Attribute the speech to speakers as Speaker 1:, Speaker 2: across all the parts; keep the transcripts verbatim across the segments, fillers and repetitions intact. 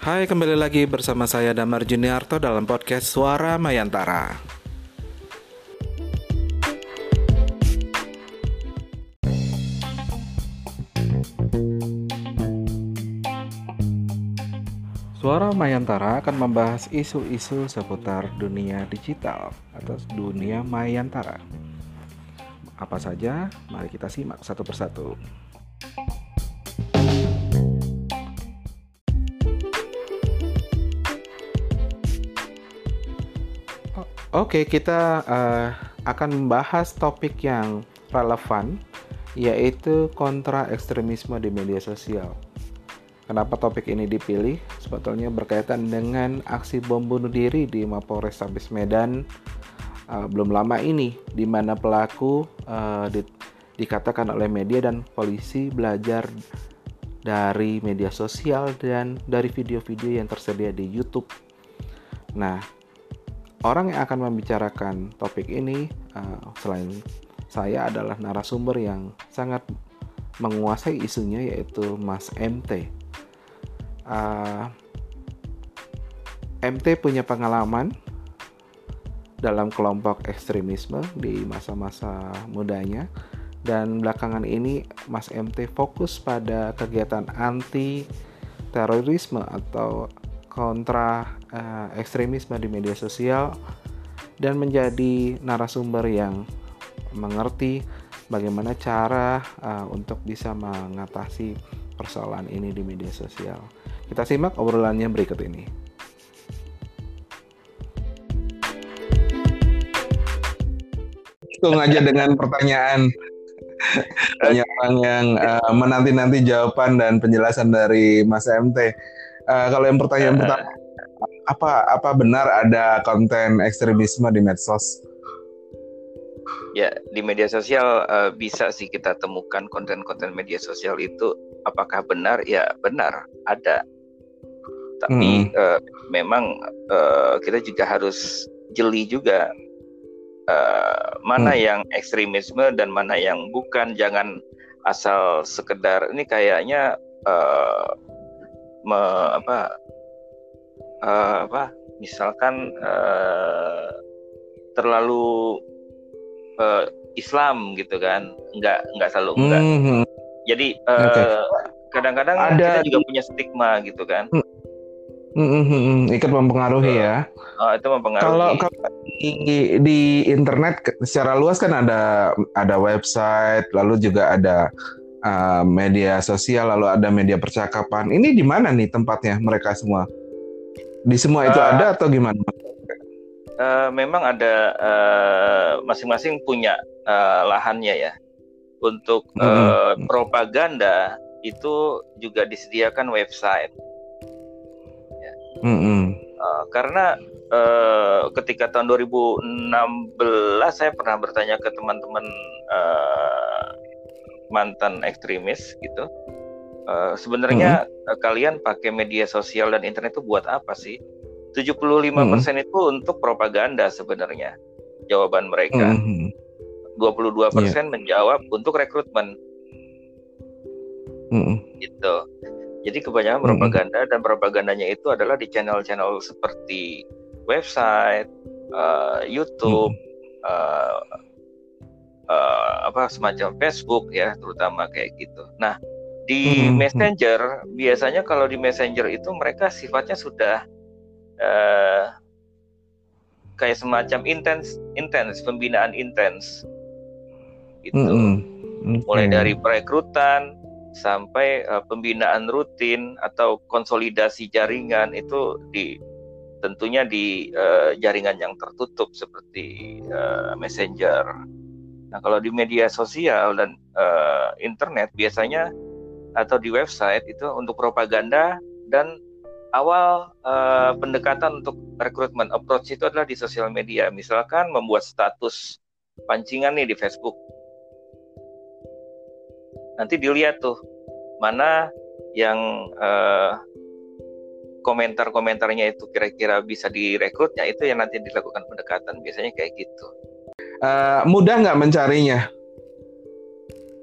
Speaker 1: Hai, kembali lagi bersama saya Damar Juniarto dalam podcast Suara Mayantara. Suara Mayantara akan membahas isu-isu seputar dunia digital atau dunia Mayantara. Apa saja? Mari kita simak satu persatu. Oke, kita uh, akan membahas topik yang relevan, yaitu kontra ekstremisme di media sosial. Kenapa topik ini dipilih? Sebetulnya berkaitan dengan aksi bom bunuh diri di Mapolrestabes Medan uh, belum lama ini, di mana pelaku uh, di, dikatakan oleh media dan polisi belajar dari media sosial dan dari video-video yang tersedia di YouTube. Nah, orang yang akan membicarakan topik ini uh, selain saya adalah narasumber yang sangat menguasai isunya, yaitu Mas M T. Uh, M T punya pengalaman dalam kelompok ekstremisme di masa-masa mudanya, dan belakangan ini Mas M T fokus pada kegiatan anti terorisme atau kontra uh, ekstremisme di media sosial, dan menjadi narasumber yang mengerti bagaimana cara uh, untuk bisa mengatasi persoalan ini di media sosial. Kita simak obrolannya berikut ini.
Speaker 2: Langsung aja dengan pertanyaan banyak orang yang uh, menanti-nanti jawaban dan penjelasan dari Mas M T. Uh, kalau yang pertanyaan uh, pertama, apa apa benar ada konten ekstremisme di medsos?
Speaker 3: Ya, di media sosial uh, bisa sih kita temukan konten-konten media sosial itu. Apakah benar? Ya benar, ada. Tapi hmm. uh, memang uh, kita juga harus jeli juga uh, mana hmm. yang ekstremisme dan mana yang bukan. Jangan asal sekedar ini kayaknya uh, Me, apa uh, apa misalkan uh, terlalu uh, Islam gitu kan, nggak nggak selalu enggak. Mm-hmm. Jadi uh, okay. kadang-kadang ada, kita juga punya stigma gitu kan.
Speaker 2: Mm-hmm. Ikut mempengaruhi uh, ya.
Speaker 3: Uh, itu mempengaruhi.
Speaker 2: Kalau, kalau di, di internet secara luas kan ada ada website, lalu juga ada Uh, media sosial, lalu ada media percakapan. Ini di mana nih tempatnya mereka semua? Di semua itu uh, ada atau gimana?
Speaker 3: Uh, memang ada uh, masing-masing punya uh, lahannya ya. Untuk uh, mm-hmm. propaganda itu juga disediakan website. Ya. Mm-hmm. Uh, karena uh, ketika tahun dua ribu enam belas saya pernah bertanya ke teman-teman uh, mantan ekstremis gitu, uh, sebenarnya mm-hmm. uh, kalian pakai media sosial dan internet itu buat apa sih? tujuh puluh lima persen mm-hmm. itu untuk propaganda sebenarnya jawaban mereka. mm-hmm. dua puluh dua persen yeah. menjawab untuk rekrutmen. mm-hmm. Gitu. Jadi kebanyakan mm-hmm. propaganda, dan propagandanya itu adalah di channel-channel seperti website, uh, YouTube, mm-hmm. uh, Uh, apa semacam Facebook ya, terutama kayak gitu. Nah, di hmm. Messenger biasanya kalau di Messenger itu mereka sifatnya sudah uh, kayak semacam intens, intens pembinaan intens gitu. Hmm. Okay. Mulai dari perekrutan sampai uh, pembinaan rutin atau konsolidasi jaringan itu di tentunya di uh, jaringan yang tertutup seperti uh, Messenger. Nah, kalau di media sosial dan uh, internet biasanya atau di website itu untuk propaganda, dan awal uh, pendekatan untuk rekrutmen approach itu adalah di sosial media. Misalkan membuat status pancingan nih di Facebook. Nanti dilihat tuh mana yang uh, komentar-komentarnya itu kira-kira bisa direkrutnya, itu yang nanti dilakukan pendekatan. Biasanya kayak gitu.
Speaker 2: Uh, mudah nggak mencarinya?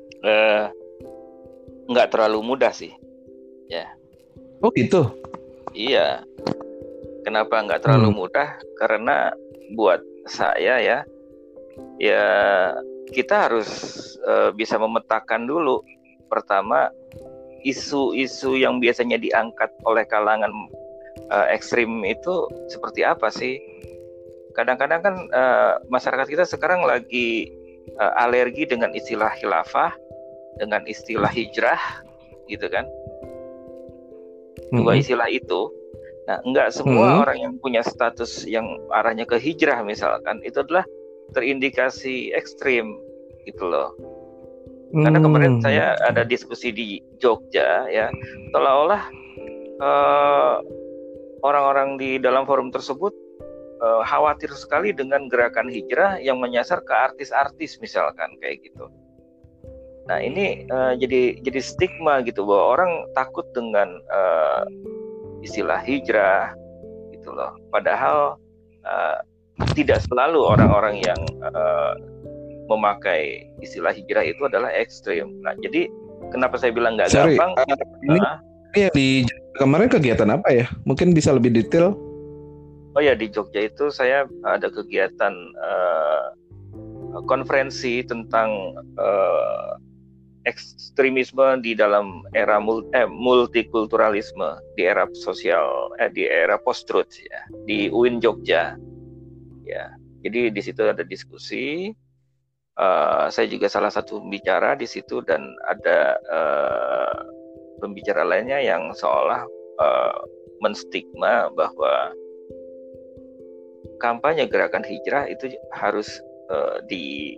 Speaker 3: Uh, nggak terlalu mudah sih, ya.
Speaker 2: Oh gitu.
Speaker 3: Iya. Kenapa nggak terlalu
Speaker 2: Hmm.
Speaker 3: mudah? Karena buat saya ya, ya kita harus uh, bisa memetakan dulu. Pertama, isu-isu yang biasanya diangkat oleh kalangan uh, ekstrim itu seperti apa sih? Kadang-kadang kan uh, masyarakat kita sekarang lagi uh, alergi dengan istilah khilafah, dengan istilah hijrah, gitu kan? Dua
Speaker 2: Mm-mm.
Speaker 3: istilah itu. Nah, enggak semua
Speaker 2: Mm-mm.
Speaker 3: orang yang punya status yang arahnya ke hijrah misalkan itu adalah terindikasi ekstrim gitu loh. Karena kemarin
Speaker 2: Hmm.
Speaker 3: saya ada diskusi di Jogja ya, seolah-olah uh, orang-orang di dalam forum tersebut uh, khawatir sekali dengan gerakan hijrah yang menyasar ke artis-artis misalkan kayak gitu. Nah ini uh, jadi jadi stigma gitu bahwa orang takut dengan uh, istilah hijrah gitu loh. Padahal uh, tidak selalu orang-orang yang uh, memakai istilah hijrah itu adalah ekstrim. Nah, jadi kenapa saya bilang nggak gampang?
Speaker 2: Uh, ini, uh, ini yang di kemarin kegiatan apa ya? Mungkin bisa lebih detail.
Speaker 3: Oh ya, di Jogja itu saya ada kegiatan uh, konferensi tentang uh, ekstremisme di dalam era multi, eh, multikulturalisme di era sosial eh, di era post-truth ya di U I N Jogja ya. Jadi di situ ada diskusi, uh, saya juga salah satu pembicara di situ dan ada uh, pembicara lainnya yang seolah uh, menstigma bahwa kampanye gerakan hijrah itu harus uh,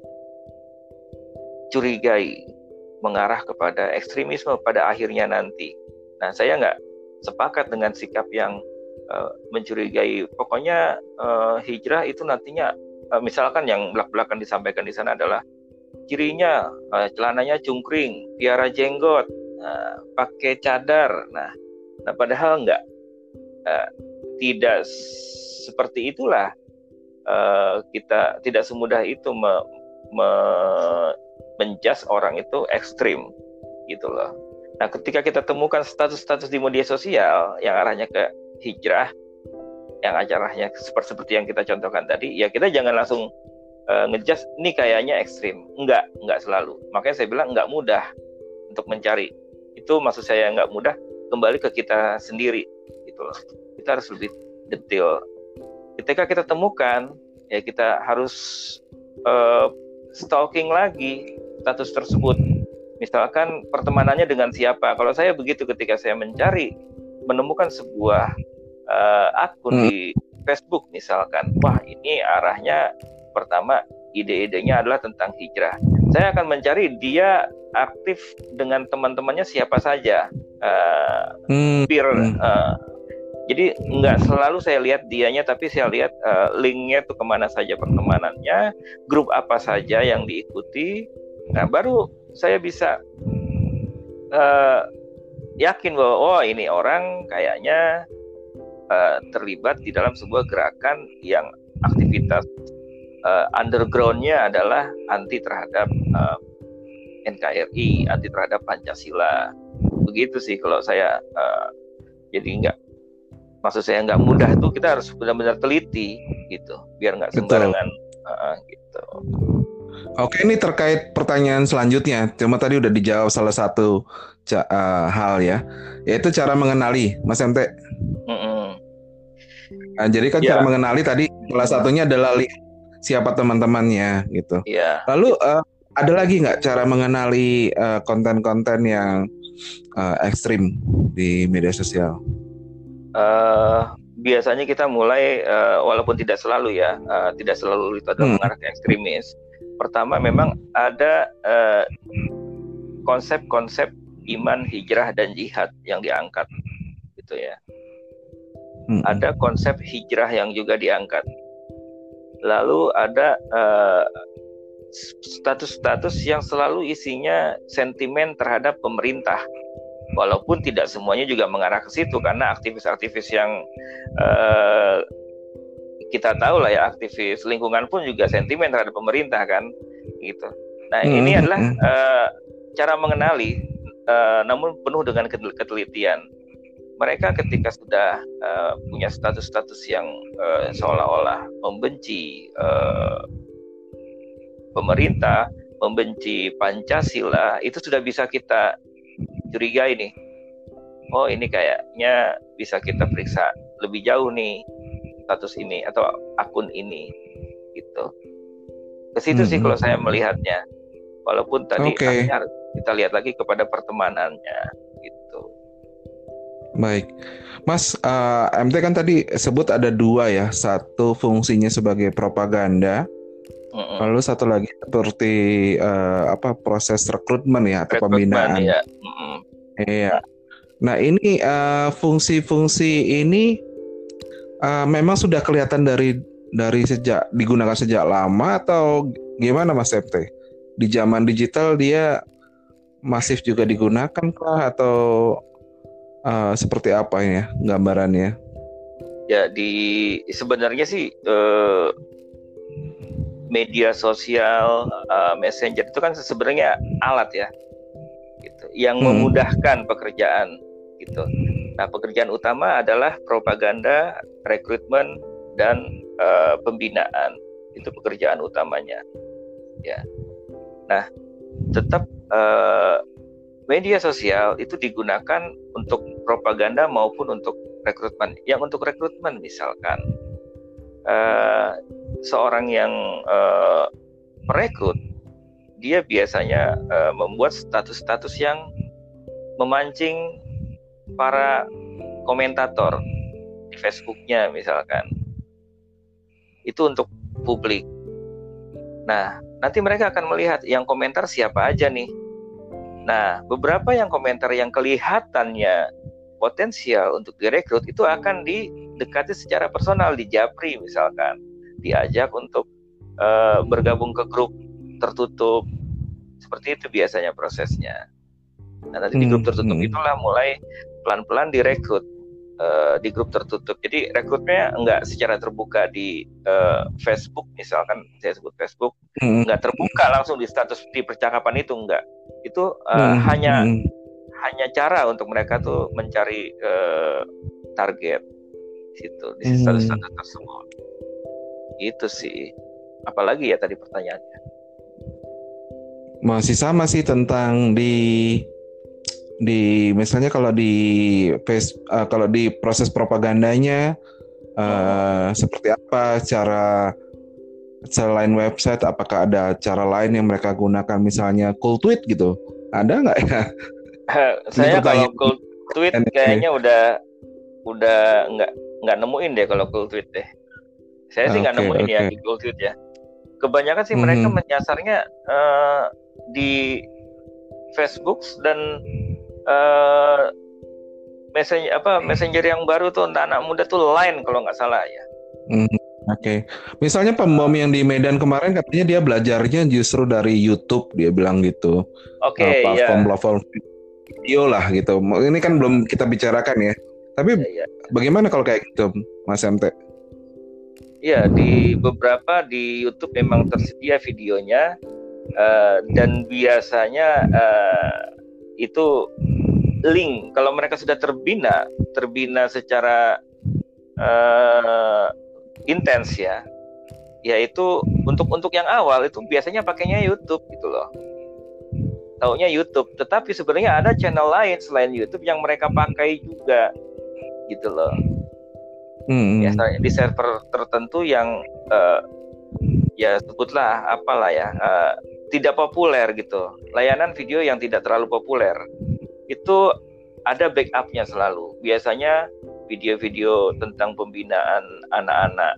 Speaker 3: dicurigai mengarah kepada ekstremisme pada akhirnya nanti. Nah, saya nggak sepakat dengan sikap yang uh, mencurigai. Pokoknya uh, hijrah itu nantinya, uh, misalkan yang belak-belakan disampaikan di sana adalah cirinya uh, celananya cungkring, piara jenggot, uh, pakai cadar. Nah, nah padahal nggak, uh, tidak seperti itulah. Uh, kita tidak semudah itu me, me menjudge orang itu ekstrim gitu loh. Nah, ketika kita temukan status-status di media sosial yang arahnya ke hijrah, yang arahnya seperti seperti yang kita contohkan tadi, ya kita jangan langsung uh, ngejudge ini kayaknya ekstrim. Enggak, enggak selalu. Makanya saya bilang enggak mudah untuk mencari. Itu maksud saya enggak mudah, kembali ke kita sendiri gitu loh. Kita harus lebih detail. Ketika kita temukan, ya kita harus uh, stalking lagi status tersebut. Misalkan pertemanannya dengan siapa. Kalau saya begitu, ketika saya mencari, menemukan sebuah uh, akun hmm. di Facebook misalkan, wah ini arahnya pertama ide-idenya adalah tentang hijrah. Saya akan mencari dia aktif dengan teman-temannya siapa saja. Uh, hmm. peer, uh, jadi nggak selalu saya lihat dianya, tapi saya lihat uh, linknya tuh kemana saja pertemanannya, grup apa saja yang diikuti. Nah, baru saya bisa uh, yakin bahwa oh ini orang kayaknya uh, terlibat di dalam sebuah gerakan yang aktivitas uh, underground-nya adalah anti terhadap uh, N K R I, anti terhadap Pancasila. Begitu sih kalau saya. Uh, jadi nggak, maksud saya nggak mudah tuh, kita harus benar-benar teliti gitu, biar nggak sembarangan uh, gitu.
Speaker 2: Oke, ini terkait pertanyaan selanjutnya. Cuma tadi udah dijawab salah satu ca- uh, hal ya, yaitu cara mengenali, Mas M T.
Speaker 3: Mm-mm.
Speaker 2: Nah, jadi kan
Speaker 3: ya.
Speaker 2: cara mengenali tadi salah satunya adalah lihat siapa teman-temannya gitu.
Speaker 3: Ya.
Speaker 2: Lalu uh, ada lagi nggak cara mengenali uh, konten-konten yang uh, ekstrim di media sosial?
Speaker 3: Uh, biasanya kita mulai, uh, walaupun tidak selalu ya, uh, tidak selalu itu adalah hmm. mengarah ke ekstremis. Pertama, memang ada uh, konsep-konsep iman, hijrah, dan jihad yang diangkat, gitu ya. Hmm. Ada konsep hijrah yang juga diangkat. Lalu ada uh, status-status yang selalu isinya sentimen terhadap pemerintah. Walaupun tidak semuanya juga mengarah ke situ, karena aktivis-aktivis yang uh, kita tahu lah ya, aktivis lingkungan pun juga sentimen terhadap pemerintah kan, gitu. Nah hmm. ini adalah uh, cara mengenali, uh, namun penuh dengan ketelitian. mereka ketika sudah uh, punya status-status yang uh, seolah-olah membenci uh, pemerintah, membenci Pancasila, itu sudah bisa kita curigai nih. Oh, ini kayaknya bisa kita periksa lebih jauh nih status ini atau akun ini, gitu. Ke situ hmm. sih kalau saya melihatnya. Walaupun tadi
Speaker 2: okay.
Speaker 3: harus kita lihat lagi kepada pertemanannya, gitu.
Speaker 2: Baik, Mas, uh, M T kan tadi sebut ada dua ya, satu fungsinya sebagai propaganda, mm-mm. lalu satu lagi seperti uh, apa proses rekrutmen ya atau rekrutmen, pembinaan.
Speaker 3: Ya.
Speaker 2: Iya. Nah ini uh, fungsi-fungsi ini uh, memang sudah kelihatan dari dari sejak digunakan sejak lama atau gimana, Mas M T? Di zaman digital dia masif juga digunakan kah atau uh, seperti apa ya gambarannya?
Speaker 3: Ya, di sebenarnya sih uh, media sosial, uh, messenger itu kan sebenarnya alat ya, gitu, yang hmm. memudahkan pekerjaan, gitu. Nah, pekerjaan utama adalah propaganda, rekrutmen, dan uh, pembinaan. Itu pekerjaan utamanya, ya. Nah, tetap uh, media sosial itu digunakan untuk propaganda maupun untuk rekrutmen. Yang untuk rekrutmen misalkan uh, seorang yang uh, merekrut, dia biasanya uh, membuat status-status yang memancing para komentator di Facebooknya misalkan. Itu untuk publik. Nah, nanti mereka akan melihat yang komentar siapa aja nih. Nah, beberapa yang komentar yang kelihatannya potensial untuk direkrut itu akan didekati secara personal, dijapri misalkan, diajak untuk uh, bergabung ke grup tertutup. Seperti itu biasanya prosesnya. Nah, nanti di grup tertutup itulah mulai pelan-pelan direkrut. Uh, di grup tertutup. Jadi rekrutnya enggak secara terbuka di uh, Facebook misalkan, saya sebut Facebook, hmm. enggak terbuka langsung di status di percakapan itu, enggak. Itu uh, hmm. hanya hmm. hanya cara untuk mereka tuh mencari uh, target situ di status-status hmm. tersebut. Itu sih. Apalagi ya tadi pertanyaannya.
Speaker 2: Masih sama sih tentang di di misalnya kalau di face uh, kalau di proses propagandanya uh, seperti apa cara selain website, apakah ada cara lain yang mereka gunakan, misalnya cool tweet gitu, ada nggak ya?
Speaker 3: Saya kalau cool tweet kayaknya udah udah nggak nggak nemuin deh kalau cool tweet deh. Saya sih nggak okay, nemuin okay. ya di cool tweet ya. Kebanyakan sih mm-hmm. mereka menyasarnya uh, di Facebook dan Uh, messenger apa messenger yang baru tuh untuk anak muda tuh Line kalau nggak salah ya.
Speaker 2: Hmm, Oke, okay. Misalnya pembom yang di Medan kemarin katanya dia belajarnya justru dari YouTube, dia bilang gitu.
Speaker 3: Oke, okay, uh,
Speaker 2: platform-platform yeah. video lah gitu. Ini kan belum kita bicarakan ya. Tapi yeah, yeah. bagaimana kalau kayak gitu, Mas M T?
Speaker 3: Iya, di beberapa di YouTube memang tersedia videonya uh, dan biasanya uh, itu link kalau mereka sudah terbina terbina secara uh, intens ya, yaitu untuk untuk yang awal itu biasanya pakainya YouTube gitu loh, taunya YouTube. Tetapi sebenarnya ada channel lain selain YouTube yang mereka pakai juga gitu loh. Hmm. Ya, di server tertentu yang uh, ya sebutlah apalah ya uh, tidak populer gitu, layanan video yang tidak terlalu populer. Itu ada backupnya selalu. Biasanya video-video tentang pembinaan anak-anak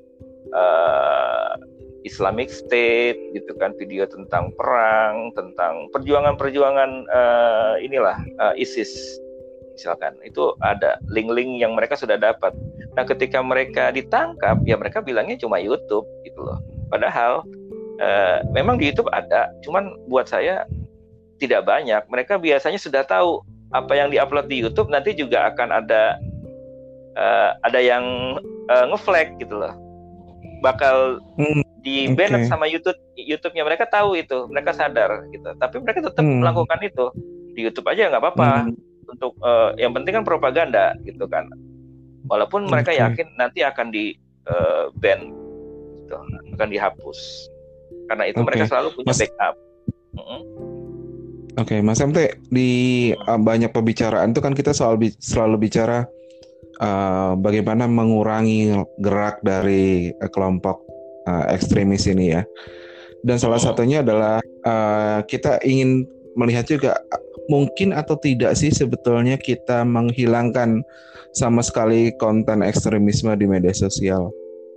Speaker 3: uh, Islamic State, gitu kan, video tentang perang, tentang perjuangan-perjuangan uh, inilah uh, ISIS, misalkan. Itu ada link-link yang mereka sudah dapat. Nah, ketika mereka ditangkap, ya mereka bilangnya cuma YouTube, gitu loh. Padahal uh, memang di YouTube ada, cuman buat saya tidak banyak. Mereka biasanya sudah tahu apa yang diupload di YouTube nanti juga akan ada uh, ada yang uh, nge-flag gitu loh, bakal hmm, di-ban okay. sama YouTube YouTube-nya. Mereka tahu itu, mereka sadar gitu, tapi mereka tetap hmm. melakukan itu di YouTube aja nggak apa-apa. hmm. untuk uh, yang penting kan propaganda gitu kan. Walaupun mereka
Speaker 2: Okay.
Speaker 3: yakin nanti akan di uh, ban, gitu, akan dihapus. Karena itu
Speaker 2: Okay.
Speaker 3: mereka selalu punya
Speaker 2: Mas-
Speaker 3: backup. Mm-mm.
Speaker 2: Oke, okay, Mas M T, di uh, banyak pembicaraan itu kan kita selalu selalu bicara uh, bagaimana mengurangi gerak dari uh, kelompok uh, ekstremis ini ya. Dan salah satunya adalah uh, kita ingin melihat juga mungkin atau tidak sih sebetulnya kita menghilangkan sama sekali konten ekstremisme di media sosial.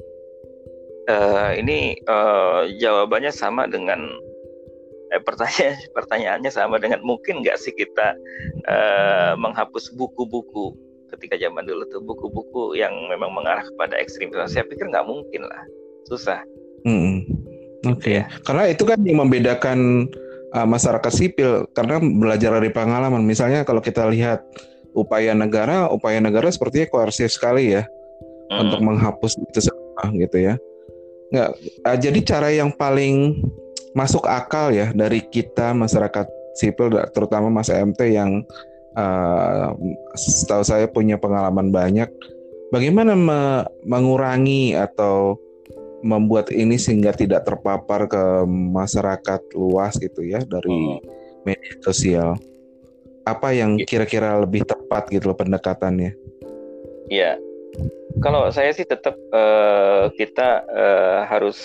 Speaker 3: Uh, ini uh, jawabannya sama dengan eh, pertanyaan pertanyaannya sama dengan mungkin nggak sih kita uh, menghapus buku-buku ketika zaman dulu tuh buku-buku yang memang mengarah kepada ekstremisme. Saya pikir nggak mungkin lah, susah.
Speaker 2: Hmm. Oke, okay.
Speaker 3: Ya.
Speaker 2: Karena itu kan yang membedakan uh, masyarakat sipil karena belajar dari pengalaman. Misalnya kalau kita lihat upaya negara, upaya negara sepertinya koersif sekali ya hmm. untuk menghapus itu semua gitu ya. Nggak, uh, jadi cara yang paling masuk akal ya dari kita masyarakat sipil, terutama Mas M T yang uh, setahu saya punya pengalaman banyak, bagaimana me- mengurangi atau membuat ini sehingga tidak terpapar ke masyarakat luas gitu ya dari hmm. media sosial. Apa yang kira-kira lebih tepat gitu loh pendekatannya?
Speaker 3: Iya, kalau saya sih tetap uh, kita uh, harus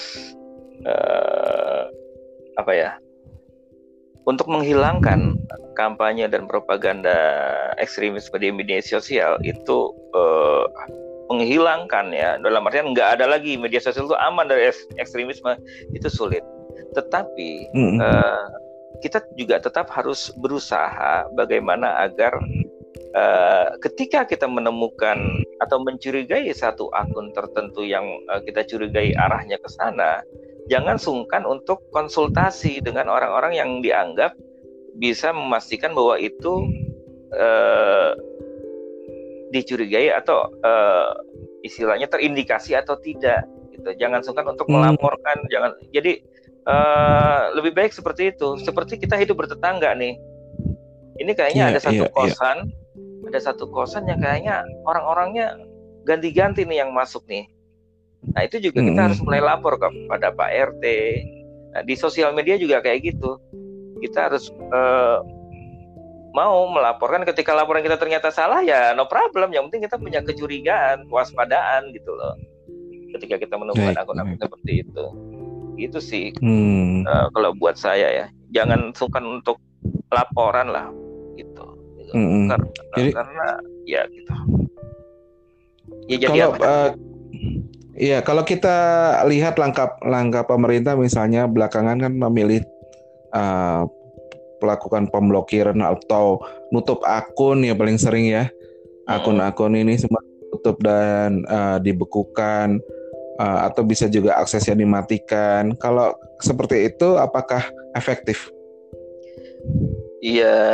Speaker 3: uh, apa ya, untuk menghilangkan kampanye dan propaganda ekstremisme di media sosial itu uh, menghilangkan ya, dalam artian nggak ada lagi media sosial itu aman dari ekstremisme, itu sulit. Tetapi mm-hmm. uh, kita juga tetap harus berusaha bagaimana agar uh, ketika kita menemukan atau mencurigai satu akun tertentu yang uh, kita curigai arahnya ke sana, jangan sungkan untuk konsultasi dengan orang-orang yang dianggap bisa memastikan bahwa itu uh, dicurigai atau uh, istilahnya terindikasi atau tidak gitu. Jangan sungkan untuk melaporkan, hmm. jangan. Jadi uh, lebih baik seperti itu. Seperti kita hidup bertetangga nih. Ini kayaknya yeah, ada satu yeah, kosan, yeah. ada satu kosan yang kayaknya orang-orangnya ganti-ganti nih yang masuk nih. Nah, itu juga hmm. kita harus mulai lapor kepada Pak R T. Nah, di sosial media juga kayak gitu. Kita harus uh, mau melaporkan. Ketika laporan kita ternyata salah ya no problem, yang penting kita punya kecurigaan, kewaspadaan gitu loh ketika kita menemukan akun-akun seperti itu. Itu sih hmm. uh, kalau buat saya ya, jangan sungkan untuk laporan lah gitu, gitu. Hmm. Karena, jadi, karena ya gitu ya jadi
Speaker 2: kalau,
Speaker 3: apa
Speaker 2: uh, ya kalau kita lihat langkah langkah pemerintah misalnya belakangan kan memilih uh, melakukan pemblokiran atau nutup akun ya paling sering ya, akun-akun ini semua tutup dan uh, dibekukan uh, atau bisa juga aksesnya dimatikan. Kalau seperti itu apakah efektif?
Speaker 3: Iya,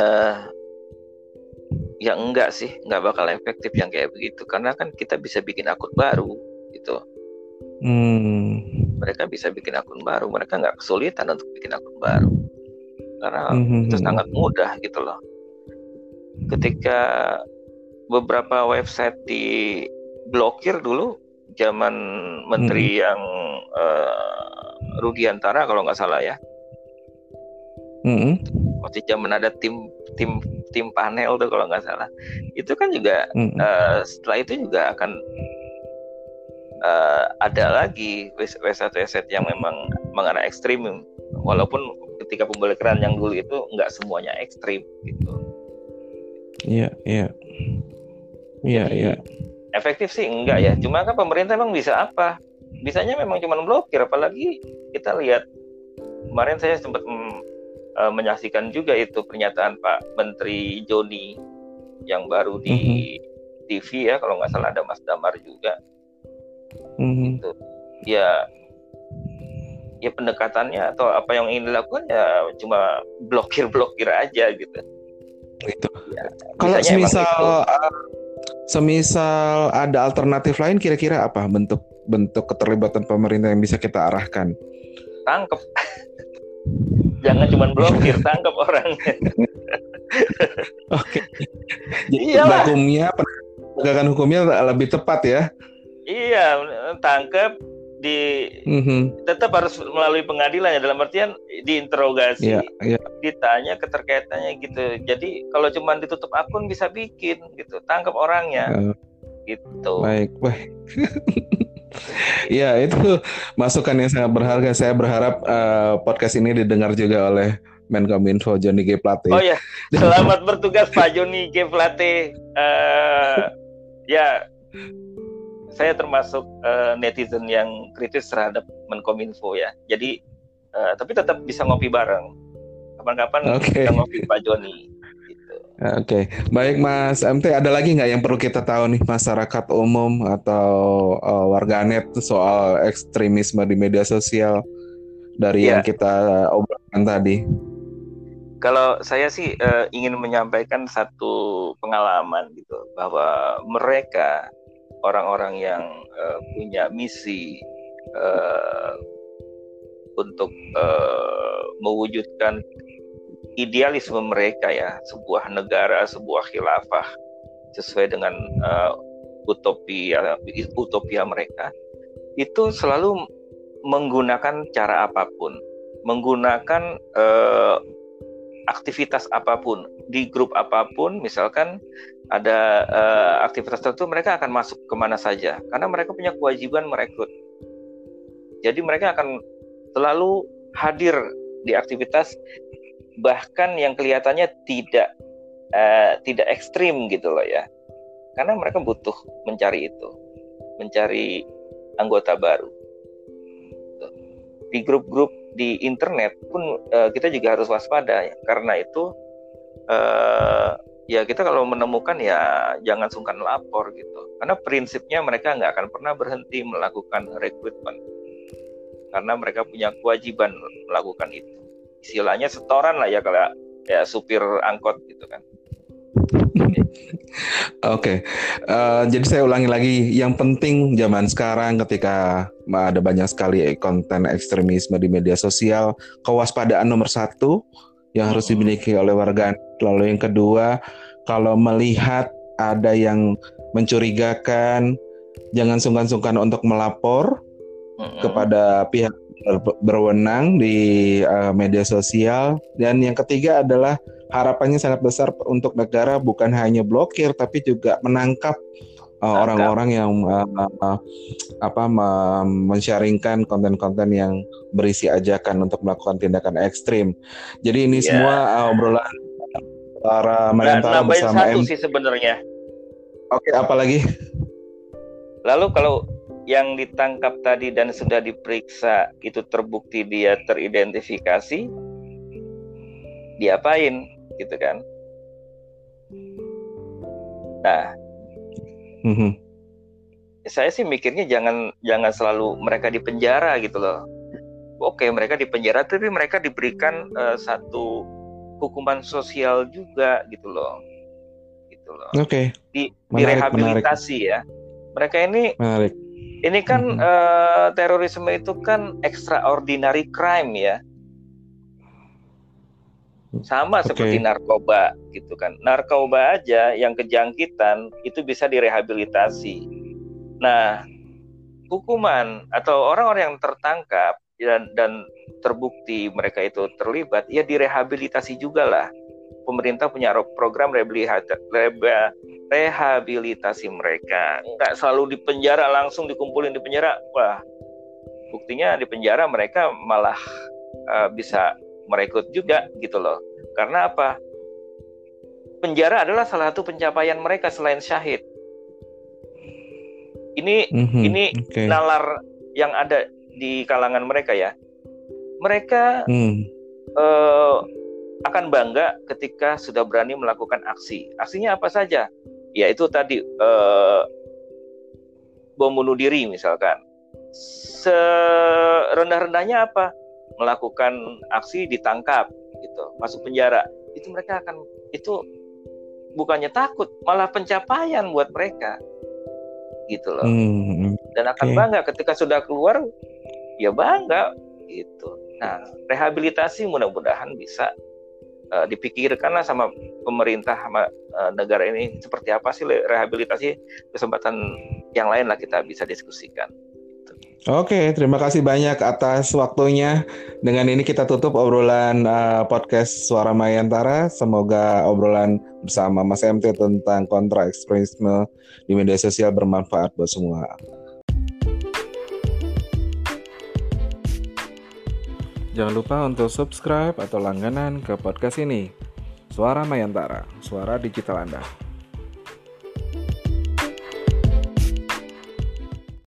Speaker 3: ya enggak sih, enggak bakal efektif yang kayak begitu karena kan kita bisa bikin akun baru gitu.
Speaker 2: Hmm.
Speaker 3: Mereka bisa bikin akun baru, mereka nggak kesulitan untuk bikin akun baru. Karena mm-hmm. itu sangat mudah gitu loh. Ketika beberapa website diblokir dulu zaman Menteri mm-hmm. yang uh, Rudiantara kalau nggak salah ya. Mm-hmm. Waktu zaman ada tim tim tim panel tuh kalau nggak salah. Itu kan juga mm-hmm. uh, setelah itu juga akan uh, ada lagi website-website yang memang mengarah ekstrim, walaupun ketika pemblokiran yang dulu itu nggak semuanya ekstrim gitu.
Speaker 2: Iya, iya. Iya, iya.
Speaker 3: Efektif sih enggak ya. Cuma kan pemerintah emang bisa apa? Bisanya memang cuma blokir, apalagi kita lihat kemarin saya sempat mm, uh, menyaksikan juga itu pernyataan Pak Menteri Joni yang baru di mm-hmm. T V ya, kalau nggak salah ada Mas Damar juga. Mm-hmm. Gitu. Ya ya pendekatannya atau apa yang ingin dilakukan ya cuma blokir-blokir aja gitu.
Speaker 2: Gitu. Ya, kalau semisal uh, semisal ada alternatif lain kira-kira apa bentuk bentuk keterlibatan pemerintah yang bisa kita arahkan?
Speaker 3: Tangkep. Jangan cuma blokir, tangkep orangnya.
Speaker 2: Oke. Jadi
Speaker 3: Iyalah.
Speaker 2: hukumnya, penegakan hukumnya lebih tepat ya.
Speaker 3: Iya, tangkap di
Speaker 2: Mhm.
Speaker 3: tetap harus melalui pengadilan ya, dalam artian diinterogasi,
Speaker 2: Iya, iya.
Speaker 3: ditanya keterkaitannya gitu. Jadi kalau cuma ditutup akun bisa bikin gitu, tangkap orangnya
Speaker 2: Eh,
Speaker 3: gitu.
Speaker 2: baik, baik. Ya, itu masukan yang sangat berharga. Saya berharap eh, podcast ini didengar juga oleh Menkominfo Johnny G. Plate.
Speaker 3: Oh ya, selamat bertugas Pak Johnny G. Plate. Eh, ya, saya termasuk uh, netizen yang kritis terhadap Menkominfo ya. Jadi, uh, tapi tetap bisa ngopi bareng. Kapan-kapan
Speaker 2: Oke.
Speaker 3: kita ngopi Pak Joni. Gitu.
Speaker 2: Oke, okay. Baik Mas M T, ada lagi nggak yang perlu kita tahu nih masyarakat umum atau uh, warganet soal ekstremisme di media sosial dari
Speaker 3: Ya.
Speaker 2: yang kita obrolkan tadi?
Speaker 3: Kalau saya sih uh, ingin menyampaikan satu pengalaman gitu, bahwa mereka orang-orang yang uh, punya misi uh, untuk uh, mewujudkan idealisme mereka ya, sebuah negara, sebuah khilafah sesuai dengan uh, utopia utopia mereka, itu selalu menggunakan cara apapun, menggunakan uh, aktivitas apapun di grup apapun, misalkan ada uh, aktivitas tertentu, mereka akan masuk kemana saja karena mereka punya kewajiban merekrut. Jadi mereka akan selalu hadir di aktivitas bahkan yang kelihatannya tidak uh, tidak ekstrim gitu loh ya, karena mereka butuh mencari itu, mencari anggota baru. Di grup-grup di internet pun uh, kita juga harus waspada ya. Karena itu uh, ya kita kalau menemukan ya jangan sungkan lapor gitu, karena prinsipnya mereka nggak akan pernah berhenti melakukan rekrutmen karena mereka punya kewajiban melakukan itu. Istilahnya setoran lah ya, kalau ya supir angkot gitu kan.
Speaker 2: Oke, okay. uh, jadi saya ulangi lagi, yang penting zaman sekarang ketika ada banyak sekali konten ekstremisme di media sosial, kewaspadaan nomor satu yang harus dimiliki oleh warga. Lalu yang kedua, kalau melihat ada yang mencurigakan, jangan sungkan-sungkan untuk melapor mm-hmm. kepada pihak berwenang di uh, media sosial. Dan yang ketiga adalah harapannya sangat besar untuk negara, bukan hanya blokir tapi juga menangkap uh, orang-orang yang uh, uh, apa uh, men-sharingkan konten-konten yang berisi ajakan untuk melakukan tindakan ekstrim. Jadi ini yeah. semua uh, obrolan para Mayantara
Speaker 3: nah,
Speaker 2: bersama
Speaker 3: satu
Speaker 2: M.
Speaker 3: sih sebenarnya.
Speaker 2: Oke, apalagi?
Speaker 3: Lalu kalau yang ditangkap tadi dan sudah diperiksa itu terbukti dia teridentifikasi, diapain gitu kan? Nah,
Speaker 2: mm-hmm.
Speaker 3: saya sih mikirnya jangan jangan selalu mereka di penjara gitu loh. Oke, mereka di penjara tapi mereka diberikan uh, satu hukuman sosial juga gitu loh, gitu loh.
Speaker 2: Oke. Okay.
Speaker 3: Di
Speaker 2: menarik,
Speaker 3: direhabilitasi menarik. Ya. Mereka ini,
Speaker 2: menarik.
Speaker 3: ini kan mm-hmm. uh, terorisme itu kan extraordinary crime ya. Sama okay. seperti narkoba gitu kan. Narkoba aja yang kejangkitan itu bisa direhabilitasi. Nah, hukuman atau orang-orang yang tertangkap dan, dan terbukti mereka itu terlibat, ya direhabilitasi juga lah. Pemerintah punya program rehabilitasi mereka. Nggak selalu di penjara, langsung dikumpulin di penjara. Wah, buktinya di penjara mereka malah uh, bisa merekrut juga gitu loh. Karena apa? Penjara adalah salah satu pencapaian mereka selain syahid. Ini mm-hmm. ini okay. nalar yang ada di kalangan mereka ya. Mereka mm. uh, akan bangga ketika sudah berani melakukan aksi. Aksinya apa saja? Ya itu tadi uh, bom bunuh diri misalkan. Serendah-rendahnya apa? Melakukan aksi ditangkap gitu, masuk penjara. Itu mereka akan, itu bukannya takut, malah pencapaian buat mereka gitu loh. Hmm, dan akan okay. bangga ketika sudah keluar, ya bangga gitu. Nah, rehabilitasi mudah-mudahan bisa uh, dipikirkanlah sama pemerintah sama uh, negara ini seperti apa sih rehabilitasi, kesempatan yang lain lah kita bisa diskusikan.
Speaker 2: Oke, terima kasih banyak atas waktunya. Dengan ini kita tutup obrolan uh, podcast Suara Mayantara. Semoga obrolan bersama Mas M T tentang kontra ekstremisme di media sosial bermanfaat buat semua.
Speaker 1: Jangan lupa untuk subscribe atau langganan ke podcast ini. Suara Mayantara, suara digital Anda.